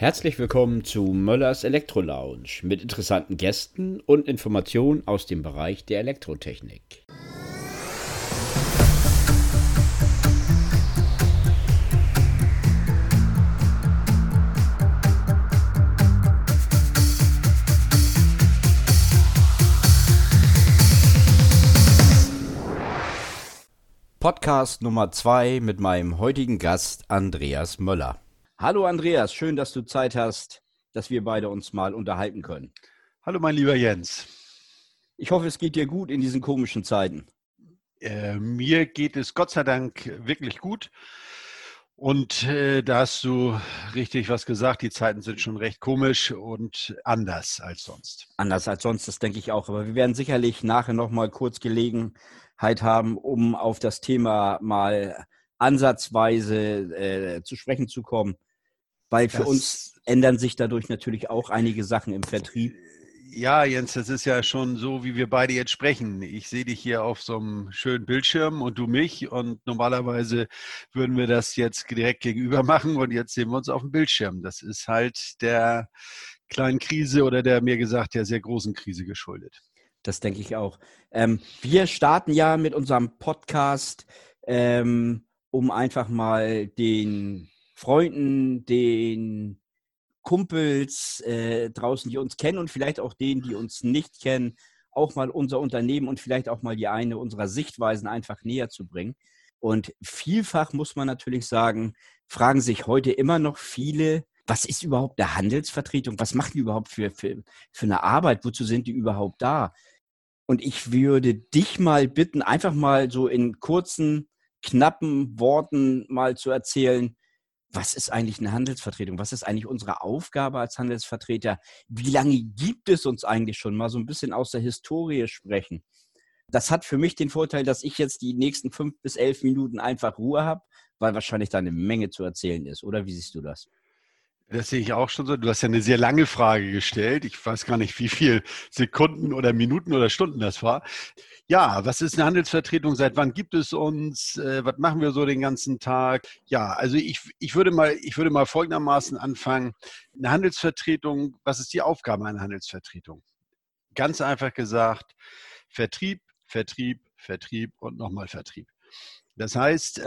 Herzlich willkommen zu Möllers Elektro Lounge mit interessanten Gästen und Informationen aus dem Bereich der Elektrotechnik. Podcast Nummer 2 mit meinem heutigen Gast Andreas Möller. Hallo Andreas, schön, dass du Zeit hast, dass wir beide uns mal unterhalten können. Hallo mein lieber Jens. Ich hoffe, es geht dir gut in diesen komischen Zeiten. Mir geht es Gott sei Dank wirklich gut. Und da hast du richtig was gesagt, die Zeiten sind schon recht komisch und anders als sonst. Anders als sonst, das denke ich auch. Aber wir werden sicherlich nachher noch mal kurz Gelegenheit haben, um auf das Thema mal ansatzweise zu sprechen zu kommen. Weil für uns ändern sich dadurch natürlich auch einige Sachen im Vertrieb. Ja, Jens, das ist ja schon so, wie wir beide jetzt sprechen. Ich sehe dich hier auf so einem schönen Bildschirm und du mich. Und normalerweise würden wir das jetzt direkt gegenüber machen und jetzt sehen wir uns auf dem Bildschirm. Das ist halt der kleinen Krise oder der sehr großen Krise geschuldet. Das denke ich auch. Wir starten ja mit unserem Podcast, um einfach mal den Freunden, den Kumpels draußen, die uns kennen und vielleicht auch denen, die uns nicht kennen, auch mal unser Unternehmen und vielleicht auch mal die eine unserer Sichtweisen einfach näher zu bringen. Und vielfach muss man natürlich sagen, fragen sich heute immer noch viele, was ist überhaupt eine Handelsvertretung? Was machen die überhaupt für eine Arbeit? Wozu sind die überhaupt da? Und ich würde dich mal bitten, einfach mal so in kurzen, knappen Worten mal zu erzählen, was ist eigentlich eine Handelsvertretung? Was ist eigentlich unsere Aufgabe als Handelsvertreter? Wie lange gibt es uns eigentlich schon? Mal so ein bisschen aus der Historie sprechen. Das hat für mich den Vorteil, dass ich jetzt die nächsten 5 bis 11 Minuten einfach Ruhe habe, weil wahrscheinlich da eine Menge zu erzählen ist. Oder wie siehst du das? Das sehe ich auch schon so. Du hast ja eine sehr lange Frage gestellt. Ich weiß gar nicht, wie viel Sekunden oder Minuten oder Stunden das war. Ja, was ist eine Handelsvertretung? Seit wann gibt es uns? Was machen wir so den ganzen Tag? Ja, also ich würde mal folgendermaßen anfangen. Eine Handelsvertretung, was ist die Aufgabe einer Handelsvertretung? Ganz einfach gesagt, Vertrieb, Vertrieb, Vertrieb und nochmal Vertrieb. Das heißt,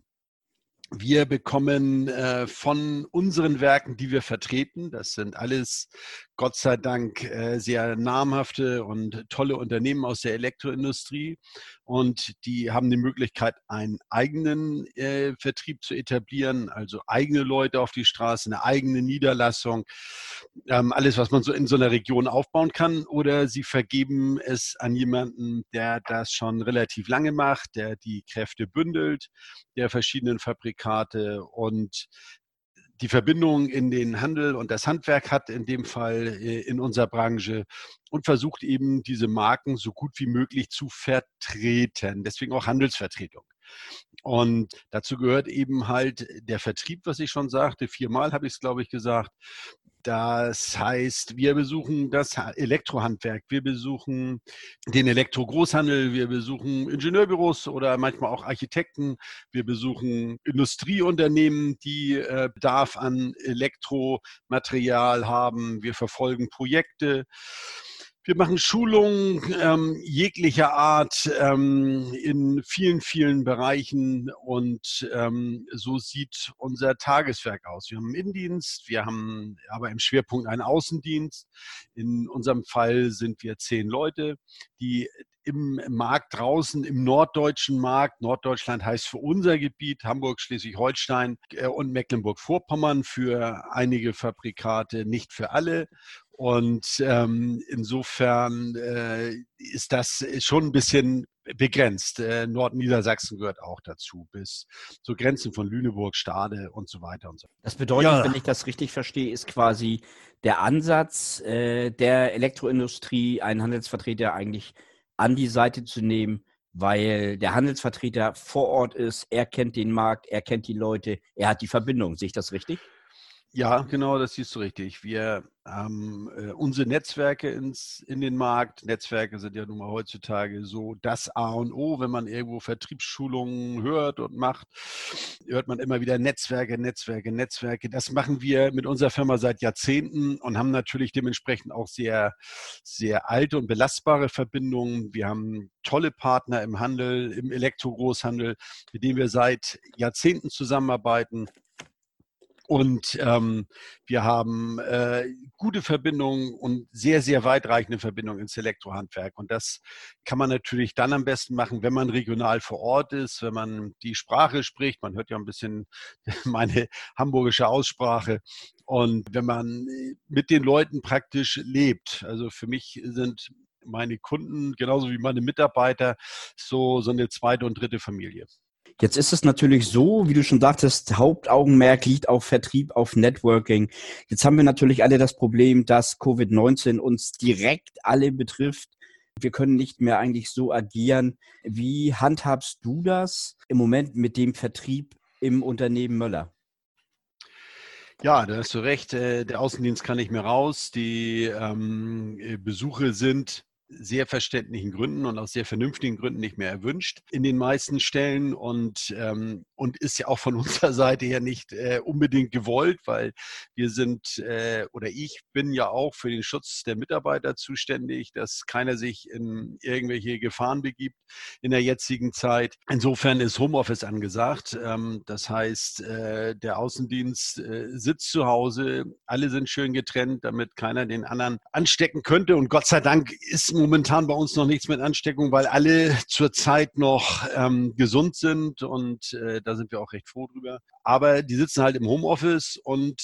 wir bekommen von unseren Werken, die wir vertreten, das sind alles Gott sei Dank sehr namhafte und tolle Unternehmen aus der Elektroindustrie, und die haben die Möglichkeit, einen eigenen Vertrieb zu etablieren, also eigene Leute auf die Straße, eine eigene Niederlassung, alles, was man so in so einer Region aufbauen kann, oder sie vergeben es an jemanden, der das schon relativ lange macht, der die Kräfte bündelt, der verschiedenen Fabrikate und die Verbindung in den Handel und das Handwerk hat, in dem Fall in unserer Branche, und versucht eben diese Marken so gut wie möglich zu vertreten. Deswegen auch Handelsvertretung. Und dazu gehört eben halt der Vertrieb, was ich schon sagte. 4-mal habe ich es, glaube ich, gesagt. Das heißt, wir besuchen das Elektrohandwerk, wir besuchen den Elektrogroßhandel, wir besuchen Ingenieurbüros oder manchmal auch Architekten, wir besuchen Industrieunternehmen, die Bedarf an Elektromaterial haben, wir verfolgen Projekte. Wir machen Schulungen jeglicher Art in vielen, vielen Bereichen, und so sieht unser Tageswerk aus. Wir haben einen Innendienst, wir haben aber im Schwerpunkt einen Außendienst. In unserem Fall sind wir 10 Leute, die im Markt draußen, im norddeutschen Markt, Norddeutschland heißt für unser Gebiet Hamburg, Schleswig-Holstein und Mecklenburg-Vorpommern für einige Fabrikate, nicht für alle. Und insofern ist das schon ein bisschen begrenzt. Nordniedersachsen gehört auch dazu, bis zur Grenzen von Lüneburg, Stade und so weiter und so. Das bedeutet, wenn ich das richtig verstehe, ist quasi der Ansatz der Elektroindustrie, einen Handelsvertreter eigentlich an die Seite zu nehmen, weil der Handelsvertreter vor Ort ist, er kennt den Markt, er kennt die Leute, er hat die Verbindung. Sehe ich das richtig? Ja, genau, das siehst du richtig. Wir haben unsere Netzwerke in den Markt. Netzwerke sind ja nun mal heutzutage so das A und O. Wenn man irgendwo Vertriebsschulungen hört und macht, hört man immer wieder Netzwerke, Netzwerke, Netzwerke. Das machen wir mit unserer Firma seit Jahrzehnten und haben natürlich dementsprechend auch sehr, sehr alte und belastbare Verbindungen. Wir haben tolle Partner im Handel, im Elektrogroßhandel, mit denen wir seit Jahrzehnten zusammenarbeiten. Und wir haben gute Verbindungen und sehr, sehr weitreichende Verbindungen ins Elektrohandwerk. Und das kann man natürlich dann am besten machen, wenn man regional vor Ort ist, wenn man die Sprache spricht. Man hört ja ein bisschen meine hamburgische Aussprache. Und wenn man mit den Leuten praktisch lebt. Also für mich sind meine Kunden genauso wie meine Mitarbeiter so eine zweite und dritte Familie. Jetzt ist es natürlich so, wie du schon sagtest, Hauptaugenmerk liegt auf Vertrieb, auf Networking. Jetzt haben wir natürlich alle das Problem, dass Covid-19 uns direkt alle betrifft. Wir können nicht mehr eigentlich so agieren. Wie handhabst du das im Moment mit dem Vertrieb im Unternehmen Möller? Ja, da hast du recht. Der Außendienst kann nicht mehr raus. Die Besuche sind sehr verständlichen Gründen und aus sehr vernünftigen Gründen nicht mehr erwünscht in den meisten Stellen und ist ja auch von unserer Seite her nicht unbedingt gewollt, weil wir sind oder ich bin ja auch für den Schutz der Mitarbeiter zuständig, dass keiner sich in irgendwelche Gefahren begibt in der jetzigen Zeit. Insofern ist Homeoffice angesagt. Das heißt, der Außendienst sitzt zu Hause, alle sind schön getrennt, damit keiner den anderen anstecken könnte und Gott sei Dank ist momentan bei uns noch nichts mit Ansteckung, weil alle zurzeit noch gesund sind und da sind wir auch recht froh drüber. Aber die sitzen halt im Homeoffice und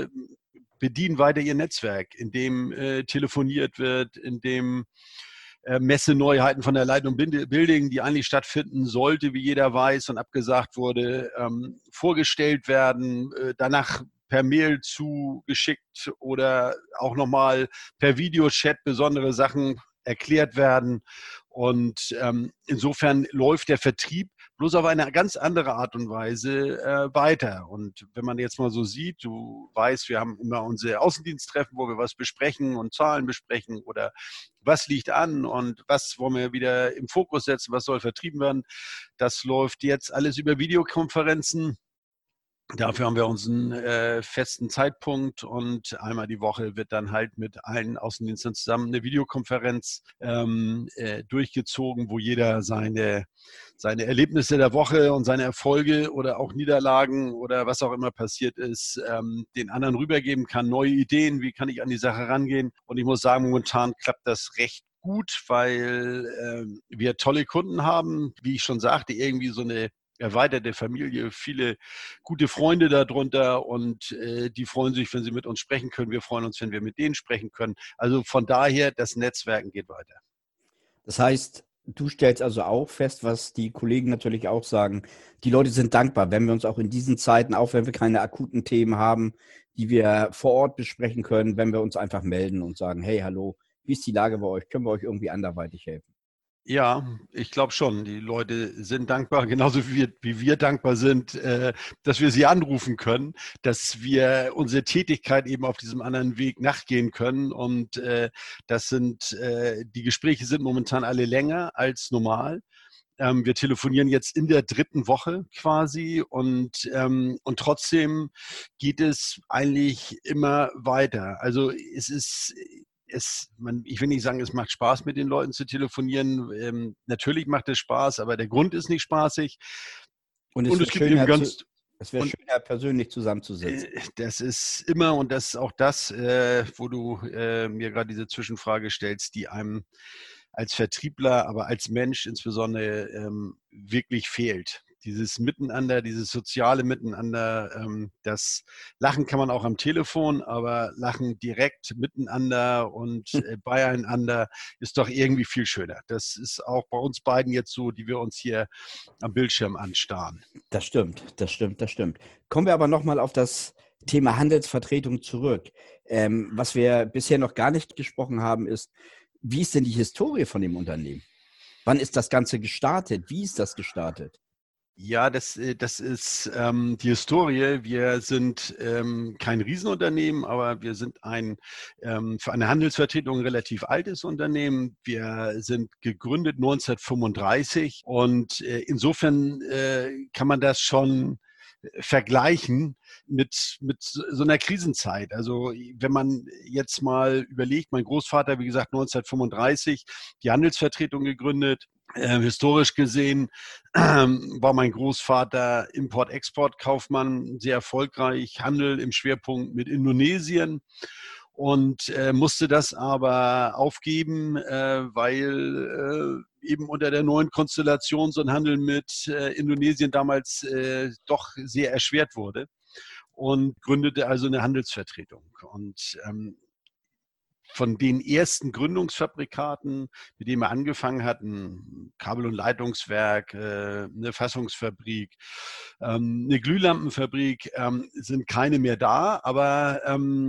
bedienen weiter ihr Netzwerk, in dem telefoniert wird, in dem Messeneuheiten von der Light & Building, die eigentlich stattfinden sollte, wie jeder weiß und abgesagt wurde, vorgestellt werden, danach per Mail zugeschickt oder auch nochmal per Videochat besondere Sachen erklärt werden. Und insofern läuft der Vertrieb bloß auf eine ganz andere Art und Weise weiter. Und wenn man jetzt mal so sieht, du weißt, wir haben immer unsere Außendiensttreffen, wo wir was besprechen und Zahlen besprechen oder was liegt an und was wollen wir wieder im Fokus setzen, was soll vertrieben werden. Das läuft jetzt alles über Videokonferenzen. Dafür haben wir unseren festen Zeitpunkt und einmal die Woche wird dann halt mit allen Außendiensten zusammen eine Videokonferenz durchgezogen, wo jeder seine Erlebnisse der Woche und seine Erfolge oder auch Niederlagen oder was auch immer passiert ist, den anderen rübergeben kann, neue Ideen, wie kann ich an die Sache rangehen. Und ich muss sagen, momentan klappt das recht gut, weil wir tolle Kunden haben, wie ich schon sagte, irgendwie so eine erweiterte Familie, viele gute Freunde darunter und die freuen sich, wenn sie mit uns sprechen können. Wir freuen uns, wenn wir mit denen sprechen können. Also von daher, das Netzwerken geht weiter. Das heißt, du stellst also auch fest, was die Kollegen natürlich auch sagen. Die Leute sind dankbar, wenn wir uns auch in diesen Zeiten, auch wenn wir keine akuten Themen haben, die wir vor Ort besprechen können, wenn wir uns einfach melden und sagen, hey, hallo, wie ist die Lage bei euch? Können wir euch irgendwie anderweitig helfen? Ja, ich glaube schon. Die Leute sind dankbar, genauso wie wir dankbar sind, dass wir sie anrufen können, dass wir unsere Tätigkeit eben auf diesem anderen Weg nachgehen können. Und die Gespräche sind momentan alle länger als normal. Wir telefonieren jetzt in der dritten Woche quasi und trotzdem geht es eigentlich immer weiter. Also ich will nicht sagen, es macht Spaß, mit den Leuten zu telefonieren. Natürlich macht es Spaß, aber der Grund ist nicht spaßig. Und Und es gibt eben es wäre schöner, persönlich zusammenzusitzen. das ist immer, und das ist auch das, wo du mir gerade diese Zwischenfrage stellst, die einem als Vertriebler, aber als Mensch insbesondere wirklich fehlt. Dieses Miteinander, dieses soziale Miteinander, das Lachen kann man auch am Telefon, aber Lachen direkt miteinander und beieinander ist doch irgendwie viel schöner. Das ist auch bei uns beiden jetzt so, die wir uns hier am Bildschirm anstarren. Das stimmt, das stimmt, das stimmt. Kommen wir aber nochmal auf das Thema Handelsvertretung zurück. Was wir bisher noch gar nicht gesprochen haben, ist, wie ist denn die Historie von dem Unternehmen? Wann ist das Ganze gestartet? Wie ist das gestartet? Ja, das ist die Historie. Wir sind kein Riesenunternehmen, aber wir sind für eine Handelsvertretung ein relativ altes Unternehmen. Wir sind gegründet 1935 und insofern kann man das schon vergleichen mit so einer Krisenzeit. Also wenn man jetzt mal überlegt, mein Großvater, wie gesagt, 1935 die Handelsvertretung gegründet. Historisch gesehen war mein Großvater Import-Export-Kaufmann, sehr erfolgreich, Handel im Schwerpunkt mit Indonesien und musste das aber aufgeben, weil eben unter der neuen Konstellation so ein Handel mit Indonesien damals doch sehr erschwert wurde und gründete also eine Handelsvertretung. Und von den ersten Gründungsfabrikaten, mit denen wir angefangen hatten, Kabel- und Leitungswerk, eine Fassungsfabrik, eine Glühlampenfabrik, sind keine mehr da. Aber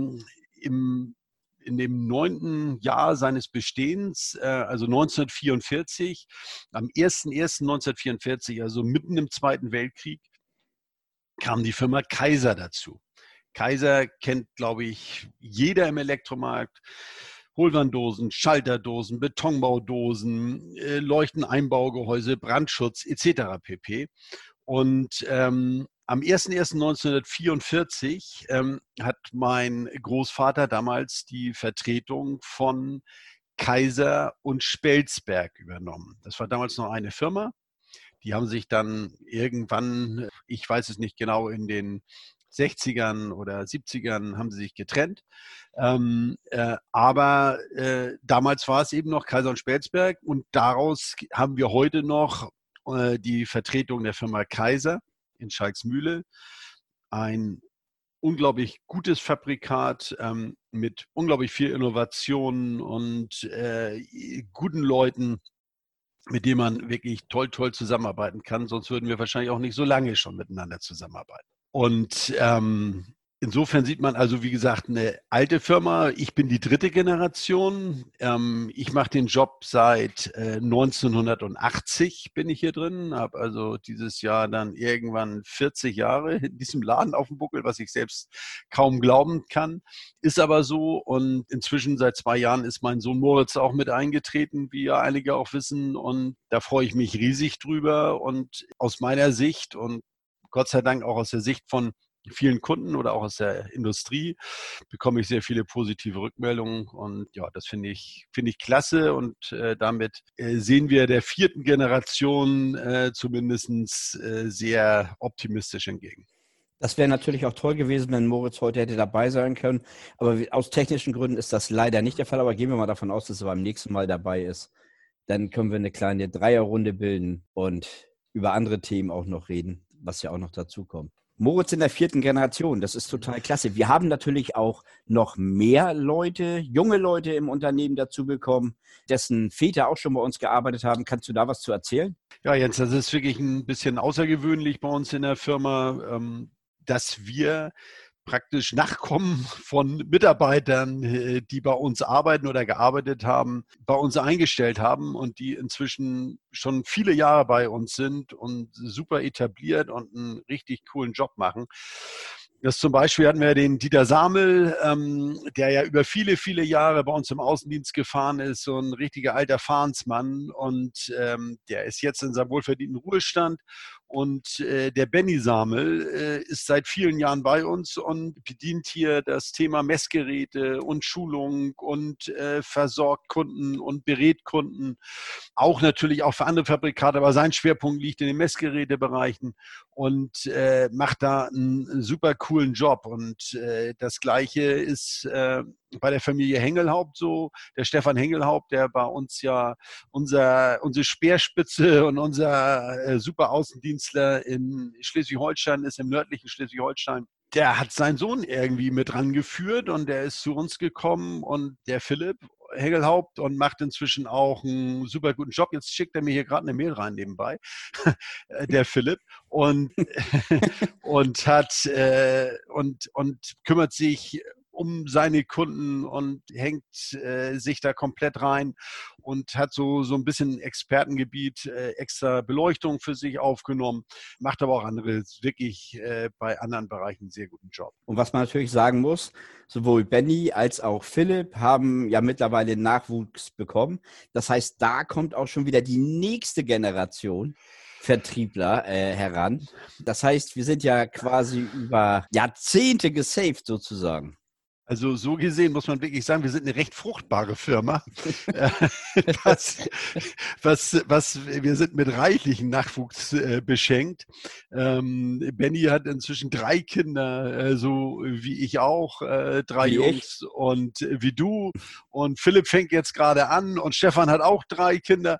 in dem 9. Jahr seines Bestehens, also 1944, am 1.1.1944, also mitten im Zweiten Weltkrieg, kam die Firma Kaiser dazu. Kaiser kennt, glaube ich, jeder im Elektromarkt. Hohlwanddosen, Schalterdosen, Betonbaudosen, Leuchteneinbaugehäuse, Brandschutz etc. pp. Und am 1.1.1944 hat mein Großvater damals die Vertretung von Kaiser und Spelzberg übernommen. Das war damals noch eine Firma. Die haben sich dann irgendwann, ich weiß es nicht genau, in den 60ern oder 70ern haben sie sich getrennt. Aber damals war es eben noch Kaiser und Spelzberg und daraus haben wir heute noch die Vertretung der Firma Kaiser in Schalksmühle. Ein unglaublich gutes Fabrikat mit unglaublich viel Innovation und guten Leuten, mit dem man wirklich toll zusammenarbeiten kann. Sonst würden wir wahrscheinlich auch nicht so lange schon miteinander zusammenarbeiten. Und insofern sieht man also, wie gesagt, eine alte Firma. Ich bin die dritte Generation. Ich mache den Job seit 1980 bin ich hier drin, habe also dieses Jahr dann irgendwann 40 Jahre in diesem Laden auf dem Buckel, was ich selbst kaum glauben kann. Ist aber so und inzwischen seit 2 Jahren ist mein Sohn Moritz auch mit eingetreten, wie ja einige auch wissen und da freue ich mich riesig drüber und aus meiner Sicht und Gott sei Dank auch aus der Sicht von vielen Kunden oder auch aus der Industrie bekomme ich sehr viele positive Rückmeldungen und ja, das finde ich klasse und damit sehen wir der 4. Generation zumindest sehr optimistisch entgegen. Das wäre natürlich auch toll gewesen, wenn Moritz heute hätte dabei sein können. Aber aus technischen Gründen ist das leider nicht der Fall. Aber gehen wir mal davon aus, dass er beim nächsten Mal dabei ist. Dann können wir eine kleine Dreierrunde bilden und über andere Themen auch noch reden, was ja auch noch dazu kommt. Moritz in der 4. Generation, das ist total klasse. Wir haben natürlich auch noch mehr Leute, junge Leute im Unternehmen dazu bekommen, dessen Väter auch schon bei uns gearbeitet haben. Kannst du da was zu erzählen? Ja, Jens, das ist wirklich ein bisschen außergewöhnlich bei uns in der Firma, dass wir praktisch Nachkommen von Mitarbeitern, die bei uns arbeiten oder gearbeitet haben, bei uns eingestellt haben und die inzwischen schon viele Jahre bei uns sind und super etabliert und einen richtig coolen Job machen. Das zum Beispiel hatten wir den Dieter Samel, der ja über viele Jahre bei uns im Außendienst gefahren ist, so ein richtiger alter Fahrensmann und der ist jetzt in seinem wohlverdienten Ruhestand. Und der Benny Samel ist seit vielen Jahren bei uns und bedient hier das Thema Messgeräte und Schulung und versorgt Kunden und berät Kunden. Auch natürlich auch für andere Fabrikate, aber sein Schwerpunkt liegt in den Messgerätebereichen und macht da einen super coolen Job. Und das Gleiche ist bei der Familie Hengelhaupt so. Der Stefan Hengelhaupt, der bei uns ja unsere Speerspitze und unser super Außendienstler in Schleswig-Holstein ist, im nördlichen Schleswig-Holstein. Der hat seinen Sohn irgendwie mit rangeführt und der ist zu uns gekommen und der Philipp Hengelhaupt und macht inzwischen auch einen super guten Job. Jetzt schickt er mir hier gerade eine Mail rein nebenbei, der Philipp, und, und hat und kümmert sich um seine Kunden und hängt sich da komplett rein und hat so ein bisschen Expertengebiet, extra Beleuchtung für sich aufgenommen, macht aber auch andere wirklich bei anderen Bereichen einen sehr guten Job. Und was man natürlich sagen muss, sowohl Benny als auch Philipp haben ja mittlerweile Nachwuchs bekommen. Das heißt, da kommt auch schon wieder die nächste Generation Vertriebler heran. Das heißt, wir sind ja quasi über Jahrzehnte gesaved sozusagen. Also so gesehen muss man wirklich sagen, wir sind eine recht fruchtbare Firma. Wir sind mit reichlichen Nachwuchs beschenkt. Benny hat inzwischen 3 Kinder, so wie ich auch, 3 Wie Jungs und wie du. Und Philipp fängt jetzt gerade an und Stefan hat auch 3 Kinder.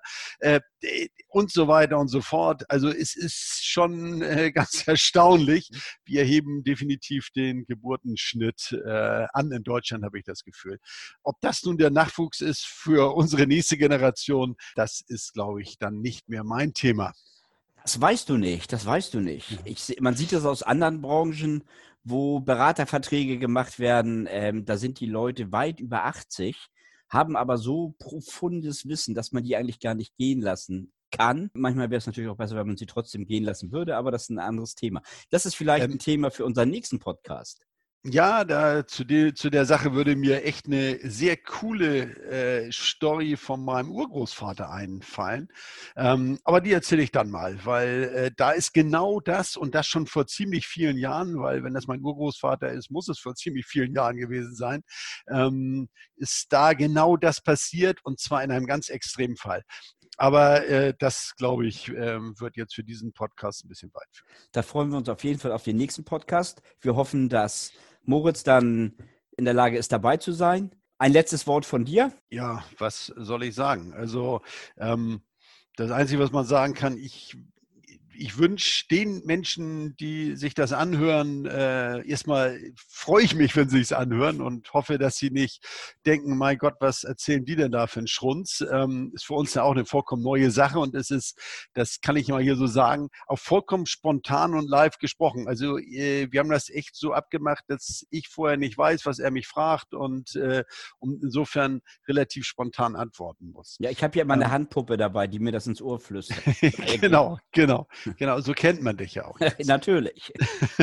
Und so weiter und so fort. Also es ist schon ganz erstaunlich. Wir heben definitiv den Geburtenschnitt an in Deutschland, habe ich das Gefühl. Ob das nun der Nachwuchs ist für unsere nächste Generation, das ist, glaube ich, dann nicht mehr mein Thema. Das weißt du nicht, das weißt du nicht. Man sieht das aus anderen Branchen, wo Beraterverträge gemacht werden. Da sind die Leute weit über 80, haben aber so profundes Wissen, dass man die eigentlich gar nicht gehen lassen kann. Manchmal wäre es natürlich auch besser, wenn man sie trotzdem gehen lassen würde, aber das ist ein anderes Thema. Das ist vielleicht ein Thema für unseren nächsten Podcast. Ja, zu der Sache würde mir echt eine sehr coole Story von meinem Urgroßvater einfallen. Aber die erzähle ich dann mal, weil da ist genau das und das schon vor ziemlich vielen Jahren, weil wenn das mein Urgroßvater ist, muss es vor ziemlich vielen Jahren gewesen sein, ist da genau das passiert und zwar in einem ganz extremen Fall. Aber das, glaube ich, wird jetzt für diesen Podcast ein bisschen weit führen. Da freuen wir uns auf jeden Fall auf den nächsten Podcast. Wir hoffen, dass Moritz dann in der Lage ist, dabei zu sein. Ein letztes Wort von dir? Ja, was soll ich sagen? Also das Einzige, was man sagen kann, ich wünsche den Menschen, die sich das anhören, erstmal freue ich mich, wenn sie es anhören und hoffe, dass sie nicht denken, mein Gott, was erzählen die denn da für einen Schrunz? Ist für uns ja auch eine vollkommen neue Sache und es ist, das kann ich mal hier so sagen, auch vollkommen spontan und live gesprochen. Also wir haben das echt so abgemacht, dass ich vorher nicht weiß, was er mich fragt und insofern relativ spontan antworten muss. Ja, ich habe hier immer eine Handpuppe dabei, die mir das ins Ohr flüstert. Genau, so kennt man dich ja auch. Natürlich.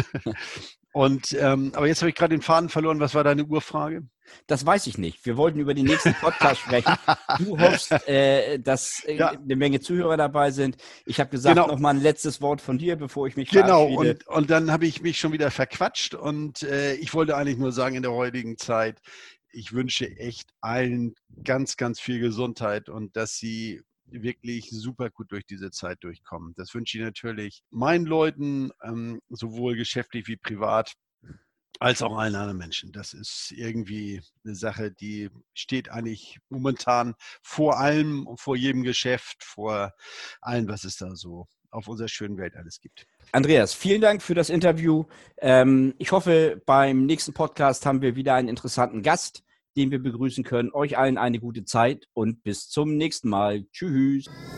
Und aber jetzt habe ich gerade den Faden verloren. Was war deine Urfrage? Das weiß ich nicht. Wir wollten über den nächsten Podcast sprechen. Du hoffst, dass eine Menge Zuhörer dabei sind. Ich habe gesagt, noch mal ein letztes Wort von dir, bevor ich mich verabschiede. Genau, und dann habe ich mich schon wieder verquatscht. Und ich wollte eigentlich nur sagen, in der heutigen Zeit, ich wünsche echt allen ganz, ganz viel Gesundheit und dass sie wirklich super gut durch diese Zeit durchkommen. Das wünsche ich natürlich meinen Leuten, sowohl geschäftlich wie privat, als auch allen anderen Menschen. Das ist irgendwie eine Sache, die steht eigentlich momentan vor allem, vor jedem Geschäft, vor allem, was es da so auf unserer schönen Welt alles gibt. Andreas, vielen Dank für das Interview. Ich hoffe, beim nächsten Podcast haben wir wieder einen interessanten Gast, den wir begrüßen können. Euch allen eine gute Zeit und bis zum nächsten Mal. Tschüss.